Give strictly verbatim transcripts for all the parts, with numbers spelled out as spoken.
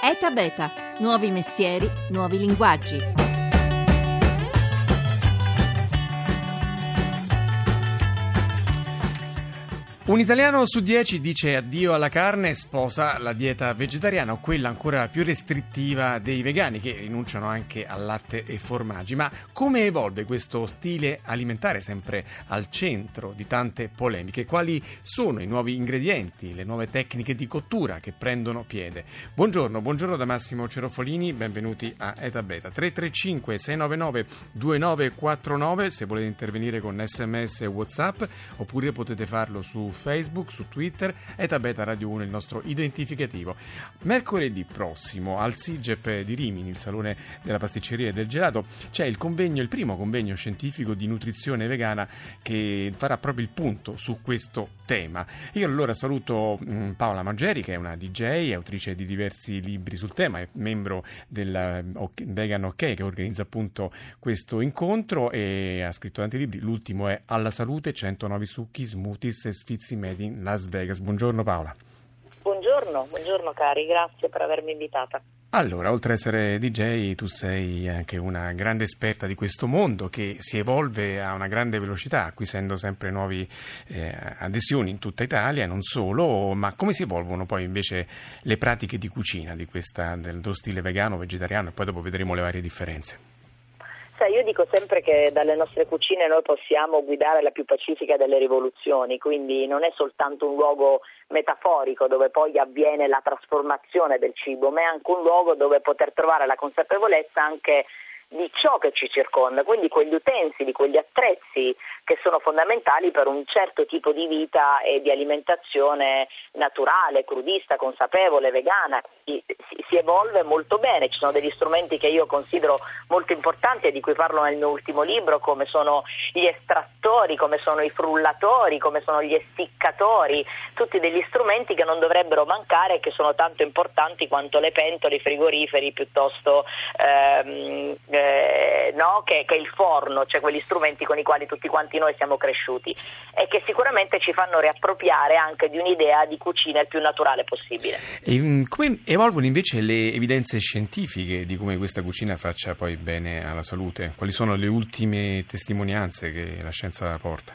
ETA Beta, nuovi mestieri, nuovi linguaggi. Un italiano su dieci dice addio alla carne e sposa la dieta vegetariana o quella ancora più restrittiva dei vegani, che rinunciano anche al latte e formaggi. Ma come evolve questo stile alimentare sempre al centro di tante polemiche? Quali sono i nuovi ingredienti, le nuove tecniche di cottura che prendono piede? Buongiorno, buongiorno da Massimo Cerofolini, benvenuti a ETA Beta. tre tre cinque sei nove nove due nove quattro nove se volete intervenire con sms e WhatsApp, oppure potete farlo su Facebook, su Twitter. ETA Beta Radio uno è il nostro identificativo. Mercoledì prossimo al SIGEP di Rimini, il salone della pasticceria e del gelato, c'è il convegno, il primo convegno scientifico di nutrizione vegana, che farà proprio il punto su questo tema. Io allora saluto mh, Paola Maggeri, che è una D J, autrice di diversi libri sul tema, è membro del uh, Vegan OK, che organizza appunto questo incontro, e ha scritto tanti libri. L'ultimo è Alla salute, centonove succhi, smoothies e sfizi made in Las Vegas. Buongiorno Paola. Buongiorno, buongiorno cari, grazie per avermi invitata. Allora, oltre ad essere D J, tu sei anche una grande esperta di questo mondo che si evolve a una grande velocità, acquisendo sempre nuove eh, adesioni in tutta Italia e non solo. Ma come si evolvono poi invece le pratiche di cucina di questa, dello stile vegano, vegetariano, e poi dopo vedremo le varie differenze? Sai, io dico sempre che dalle nostre cucine noi possiamo guidare la più pacifica delle rivoluzioni, quindi non è soltanto un luogo metaforico dove poi avviene la trasformazione del cibo, ma è anche un luogo dove poter trovare la consapevolezza anche di ciò che ci circonda, quindi quegli utensili, quegli attrezzi che sono fondamentali per un certo tipo di vita e di alimentazione naturale, crudista, consapevole, vegana. Si, si evolve molto bene, ci sono degli strumenti che io considero molto importanti e di cui parlo nel mio ultimo libro, come sono gli estrattori, come sono i frullatori, come sono gli essiccatori, tutti degli strumenti che non dovrebbero mancare e che sono tanto importanti quanto le pentole, i frigoriferi, piuttosto ehm, Eh, no, che, che il forno, cioè quegli strumenti con i quali tutti quanti noi siamo cresciuti e che sicuramente ci fanno riappropriare anche di un'idea di cucina il più naturale possibile. E come evolvono invece le evidenze scientifiche di come questa cucina faccia poi bene alla salute? Quali sono le ultime testimonianze che la scienza porta?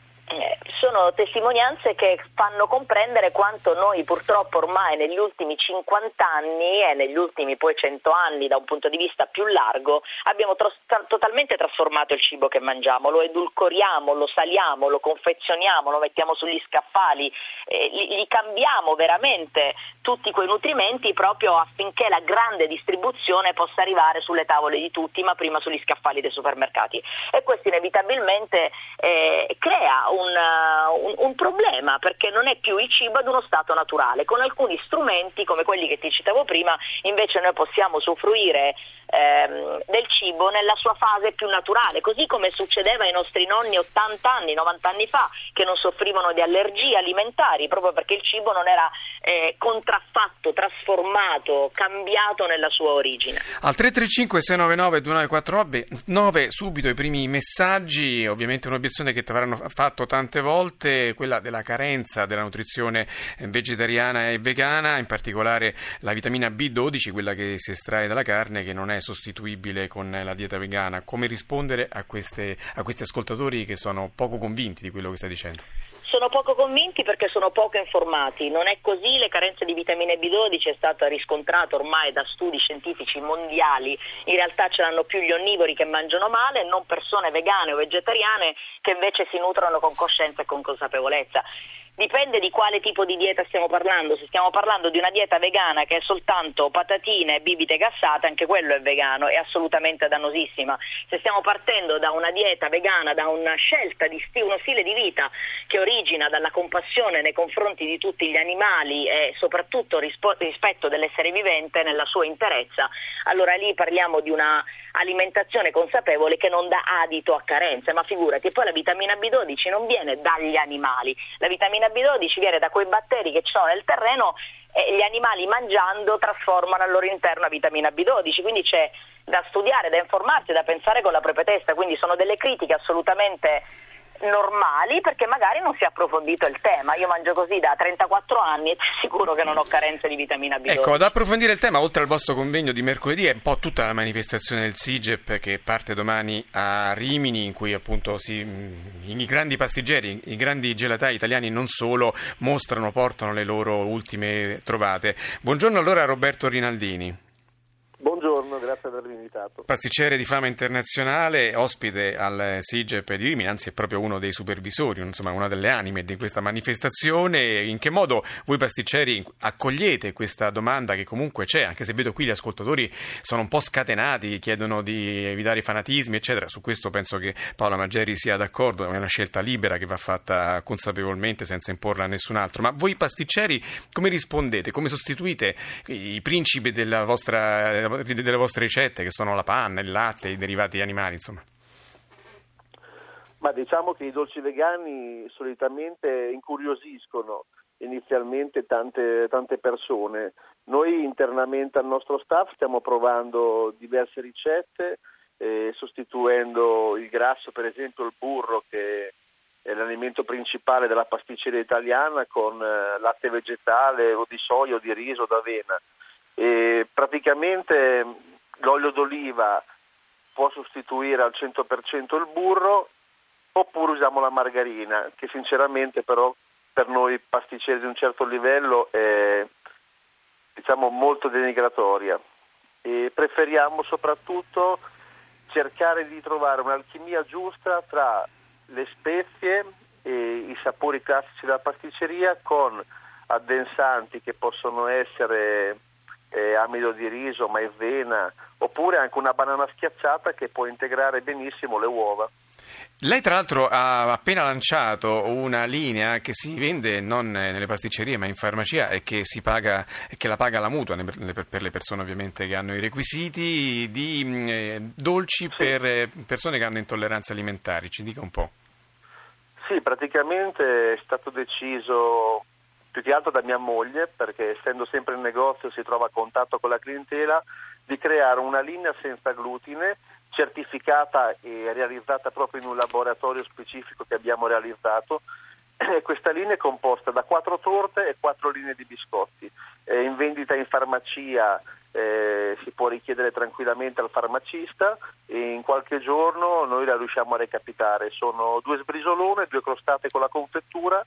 Sono testimonianze che fanno comprendere quanto noi purtroppo ormai negli ultimi cinquanta anni e negli ultimi poi cento anni da un punto di vista più largo abbiamo tros- totalmente trasformato il cibo che mangiamo, lo edulcoriamo, lo saliamo, lo confezioniamo, lo mettiamo sugli scaffali, eh, li, li cambiamo veramente tutti quei nutrimenti proprio affinché la grande distribuzione possa arrivare sulle tavole di tutti, ma prima sugli scaffali dei supermercati, e questo inevitabilmente eh, crea un Un, un problema, perché non è più il cibo ad uno stato naturale. Con alcuni strumenti come quelli che ti citavo prima invece noi possiamo usufruire ehm, del cibo nella sua fase più naturale, così come succedeva ai nostri nonni ottanta anni, novanta anni fa, che non soffrivano di allergie alimentari proprio perché il cibo non era eh, contraffatto, trasformato, cambiato nella sua origine. Al tre tre cinque sei nove nove due nove quattro nove subito i primi messaggi. Ovviamente un'obiezione che ti avranno fatto tante volte, quella della carenza della nutrizione vegetariana e vegana, in particolare la vitamina B dodici, quella che si estrae dalla carne, che non è sostituibile con la dieta vegana. Come rispondere a, queste, a questi ascoltatori che sono poco convinti di quello che stai dicendo? Sono poco convinti perché sono poco informati. Non è così, le carenze di vitamina B dodici è stato riscontrato ormai da studi scientifici mondiali. In realtà ce l'hanno più gli onnivori che mangiano male, non persone vegane o vegetariane che invece si nutrono con coscienza e con consapevolezza. Dipende di quale tipo di dieta stiamo parlando. Se stiamo parlando di una dieta vegana che è soltanto patatine e bibite gassate, anche quello è vegano, è assolutamente dannosissima. Se stiamo partendo da una dieta vegana, da una scelta di sti- uno stile di vita che origina dalla compassione nei confronti di tutti gli animali e soprattutto rispo- rispetto dell'essere vivente nella sua interezza, allora lì parliamo di una alimentazione consapevole che non dà adito a carenze. Ma figurati, poi la vitamina B dodici non viene dagli animali, la vitamina B dodici viene da quei batteri che ci sono nel terreno e gli animali mangiando trasformano al loro interno la vitamina B dodici, quindi c'è da studiare, da informarsi, da pensare con la propria testa, quindi sono delle critiche assolutamente normali, perché magari non si è approfondito il tema. Io mangio così da trentaquattro anni e ti assicuro che non ho carenze di vitamina B dodici. Ecco, ad approfondire il tema, oltre al vostro convegno di mercoledì, è un po' tutta la manifestazione del SIGEP che parte domani a Rimini, in cui appunto si, i grandi pastiggeri, i grandi gelatai italiani non solo, mostrano, portano le loro ultime trovate. Buongiorno allora Roberto Rinaldini. Buongiorno, grazie per avermi invitato. Pasticcere di fama internazionale, ospite al SIGEP di Rimini, anzi è proprio uno dei supervisori, insomma una delle anime di questa manifestazione. In che modo voi pasticceri accogliete questa domanda che comunque c'è, anche se vedo qui gli ascoltatori sono un po' scatenati, chiedono di evitare i fanatismi eccetera. Su questo penso che Paola Maggeri sia d'accordo, è una scelta libera che va fatta consapevolmente senza imporla a nessun altro. Ma voi pasticceri come rispondete? Come sostituite i principi della vostra delle vostre ricette, che sono la panna, il latte, i derivati animali, insomma? Ma diciamo che i dolci vegani solitamente incuriosiscono inizialmente tante, tante persone. Noi internamente al nostro staff stiamo provando diverse ricette, eh, sostituendo il grasso, per esempio il burro, che è l'alimento principale della pasticceria italiana, con eh, latte vegetale o di soia o di riso o d'avena. E praticamente l'olio d'oliva può sostituire al cento per cento il burro, oppure usiamo la margarina, che sinceramente però per noi pasticceri di un certo livello è, diciamo, molto denigratoria. E preferiamo soprattutto cercare di trovare un'alchimia giusta tra le spezie e i sapori classici della pasticceria, con addensanti che possono essere Eh, amido di riso, maizena, oppure anche una banana schiacciata che può integrare benissimo le uova. Lei tra l'altro ha appena lanciato una linea che si vende non nelle pasticcerie ma in farmacia e che si paga, che la paga la mutua per le persone ovviamente che hanno i requisiti, di eh, dolci sì. per persone che hanno intolleranze alimentari. Ci dica un po'. Sì, praticamente è stato deciso più che altro da mia moglie, perché essendo sempre in negozio si trova a contatto con la clientela, di creare una linea senza glutine, certificata e realizzata proprio in un laboratorio specifico che abbiamo realizzato. E questa linea è composta da quattro torte e quattro linee di biscotti. È in vendita in farmacia, eh, si può richiedere tranquillamente al farmacista e in qualche giorno noi la riusciamo a recapitare. Sono due sbrisolone, due crostate con la confettura,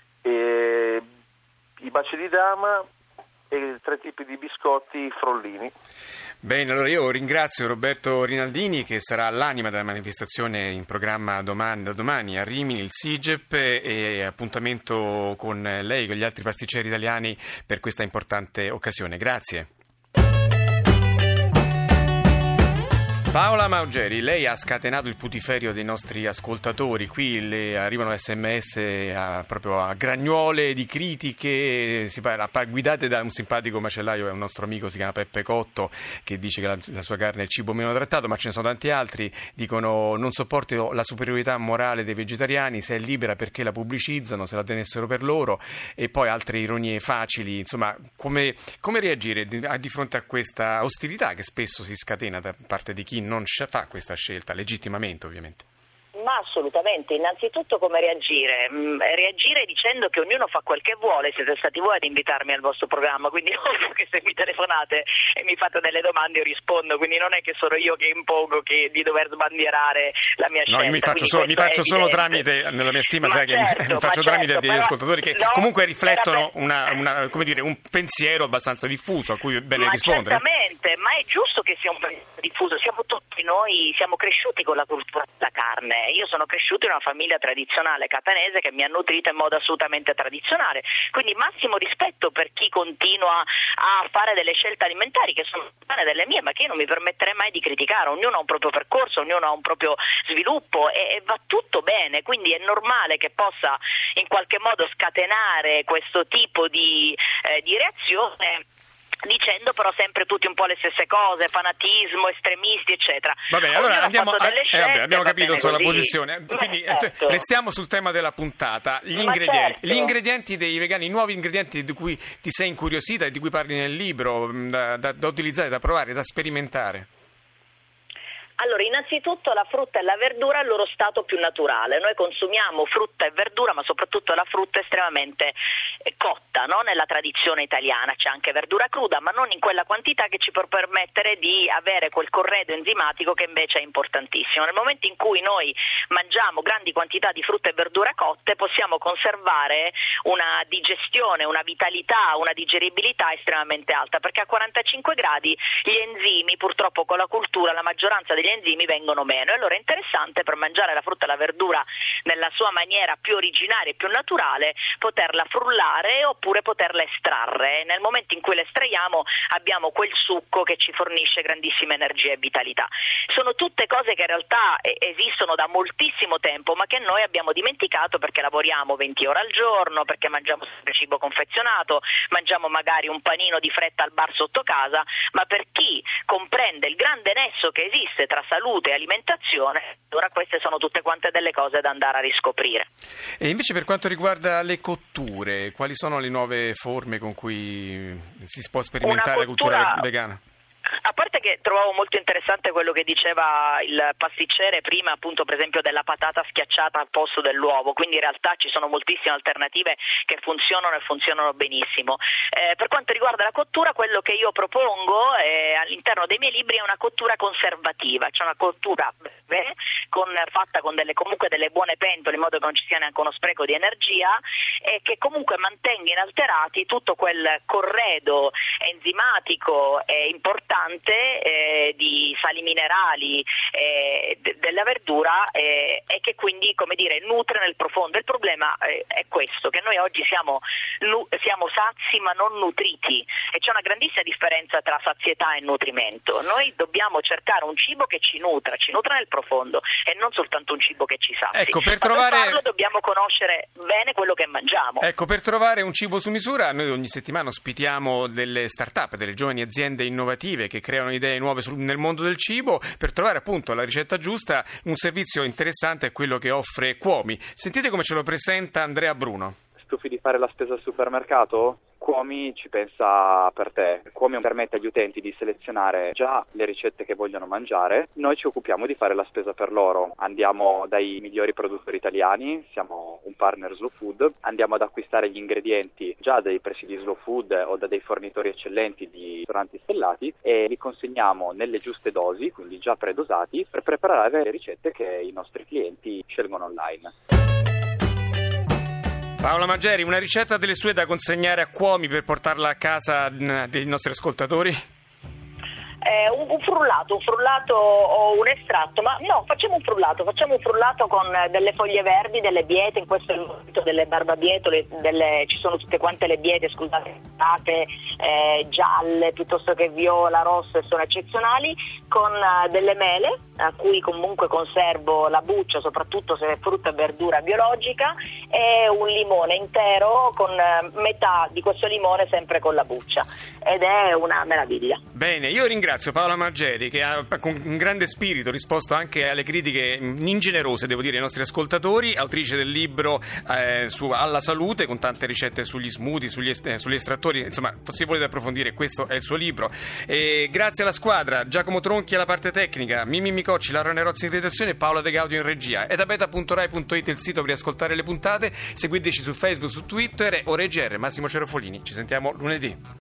e i baci di dama e tre tipi di biscotti frollini. Bene, allora io ringrazio Roberto Rinaldini, che sarà l'anima della manifestazione in programma domani, da domani a Rimini, il SIGEP, e appuntamento con lei e con gli altri pasticceri italiani per questa importante occasione. Grazie. Paola Maggeri, lei ha scatenato il putiferio dei nostri ascoltatori. Qui le arrivano sms a, proprio a gragnole di critiche, si parla, guidate da un simpatico macellaio, è un nostro amico, si chiama Peppe Cotto, che dice che la, la sua carne è il cibo meno trattato, ma ce ne sono tanti altri. Dicono: non sopporto la superiorità morale dei vegetariani, se è libera perché la pubblicizzano, se la tenessero per loro. E poi altre ironie facili. Insomma, come, come reagire di, di fronte a questa ostilità che spesso si scatena da parte di chi non fa questa scelta, legittimamente ovviamente? Ma assolutamente, innanzitutto come reagire? Mm, reagire dicendo che ognuno fa quel che vuole. Siete stati voi ad invitarmi al vostro programma, quindi ovvio che se mi telefonate e mi fate delle domande io rispondo, quindi non è che sono io che impongo che di dover sbandierare la mia scelta. No, io mi faccio solo, mi faccio solo tramite, nella mia stima, sai certo, che mi faccio tramite certo, degli però, ascoltatori che no, comunque riflettono per... una, una, come dire, un pensiero abbastanza diffuso a cui è bene ma rispondere. Certamente, ma è giusto che sia un pensiero diffuso, siamo tutti noi, siamo cresciuti con la cultura della carne. Io sono cresciuta in una famiglia tradizionale catanese che mi ha nutrito in modo assolutamente tradizionale, quindi massimo rispetto per chi continua a fare delle scelte alimentari che sono delle mie, ma che io non mi permetterei mai di criticare. Ognuno ha un proprio percorso, ognuno ha un proprio sviluppo e, e va tutto bene, quindi è normale che possa in qualche modo scatenare questo tipo di, eh, di reazione, dicendo però sempre tutti un po' le stesse cose, fanatismo, estremisti, eccetera. Va bene, allora andiamo a, eh, vabbè, abbiamo capito sulla posizione. Quindi eh, certo. Restiamo sul tema della puntata. Gli ingredienti, certo. Gli ingredienti dei vegani, i nuovi ingredienti di cui ti sei incuriosita e di cui parli nel libro, da, da, da utilizzare, da provare, da sperimentare. Allora, innanzitutto la frutta e la verdura è il loro stato più naturale. Noi consumiamo frutta e verdura, ma soprattutto la frutta estremamente cotta, no? Nella tradizione italiana c'è anche verdura cruda, ma non in quella quantità che ci può permettere di avere quel corredo enzimatico che invece è importantissimo. Nel momento in cui noi mangiamo grandi quantità di frutta e verdura cotte, possiamo conservare una digestione, una vitalità, una digeribilità estremamente alta, perché a quarantacinque gradi gli enzimi, purtroppo con la cultura, la maggioranza degli enzimi vengono meno, e allora è interessante, per mangiare la frutta e la verdura nella sua maniera più originaria e più naturale, poterla frullare oppure poterla estrarre. Nel momento in cui la estraiamo abbiamo quel succo che ci fornisce grandissima energia e vitalità. Sono tutte cose che in realtà esistono da moltissimo tempo, ma che noi abbiamo dimenticato perché lavoriamo venti ore al giorno, perché mangiamo sempre cibo confezionato, mangiamo magari un panino di fretta al bar sotto casa, ma per chi comprende il grande nesso che esiste tra salute e alimentazione, allora queste sono tutte quante delle cose da andare a riscoprire. E invece per quanto riguarda le cotture, quali sono le nuove forme con cui si può sperimentare la cultura vegana? A parte che trovavo molto interessante quello che diceva il pasticcere prima, appunto, per esempio della patata schiacciata al posto dell'uovo, quindi in realtà ci sono moltissime alternative che funzionano e funzionano benissimo. Eh, per quanto riguarda la cottura, quello che io propongo eh, all'interno dei miei libri è una cottura conservativa, cioè una cottura breve, con, fatta con delle, comunque delle buone pentole, in modo che non ci sia neanche uno spreco di energia, e che comunque mantenga inalterati tutto quel corredo enzimatico e importante Eh, di sali minerali eh, de- della verdura eh, e che quindi, come dire, nutre nel profondo. Il problema eh, è questo, che noi oggi siamo, nu- siamo sazi ma non nutriti, e c'è una grandissima differenza tra sazietà e nutrimento. Noi dobbiamo cercare un cibo che ci nutra, ci nutra nel profondo, e non soltanto un cibo che ci sazi. Ecco, per ma trovare... per farlo dobbiamo conoscere bene quello che mangiamo. Ecco, per trovare un cibo su misura, noi ogni settimana ospitiamo delle start-up, delle giovani aziende innovative che creano idee nuove sul, nel mondo del cibo. Per trovare appunto la ricetta giusta, un servizio interessante è quello che offre Cuomi. Sentite come ce lo presenta Andrea Bruno. Stufi di fare la spesa al supermercato? Cuomi ci pensa per te. Cuomi permette agli utenti di selezionare già le ricette che vogliono mangiare. Noi ci occupiamo di fare la spesa per loro. Andiamo dai migliori produttori italiani, siamo un partner Slow Food, andiamo ad acquistare gli ingredienti già dai presidi Slow Food o da dei fornitori eccellenti di ristoranti stellati, e li consegniamo nelle giuste dosi, quindi già predosati, per preparare le ricette che i nostri clienti scelgono online. Paola Maggeri, una ricetta delle sue da consegnare a Cuomi per portarla a casa dei nostri ascoltatori? Eh, un, un frullato, un frullato o un estratto, ma no, facciamo un frullato, facciamo un frullato con delle foglie verdi, delle biete, in questo è il momento delle barbabietole, delle, ci sono tutte quante le biete, scusate, eh, gialle piuttosto che viola, rosse, sono eccezionali, con uh, delle mele, a cui comunque conservo la buccia, soprattutto se è frutta e verdura biologica, e un limone intero con uh, metà di questo limone sempre con la buccia, ed è una meraviglia. Bene, io ringrazio Paola Maggeri, che ha con un grande spirito risposto anche alle critiche ingenerose, devo dire, ai nostri ascoltatori, autrice del libro eh, su alla salute, con tante ricette sugli smoothie, sugli, est- sugli estrattori. Insomma, se volete approfondire, questo è il suo libro. E grazie alla squadra, Giacomo Tronchi alla parte tecnica, Mimmi Micocci, Laura Nerozzi in redazione e Paola De Gaudio in regia. Ed a beta punto rai punto it il sito per ascoltare le puntate. Seguiteci su Facebook, su Twitter e Ore G R. Massimo Cerofolini. Ci sentiamo lunedì.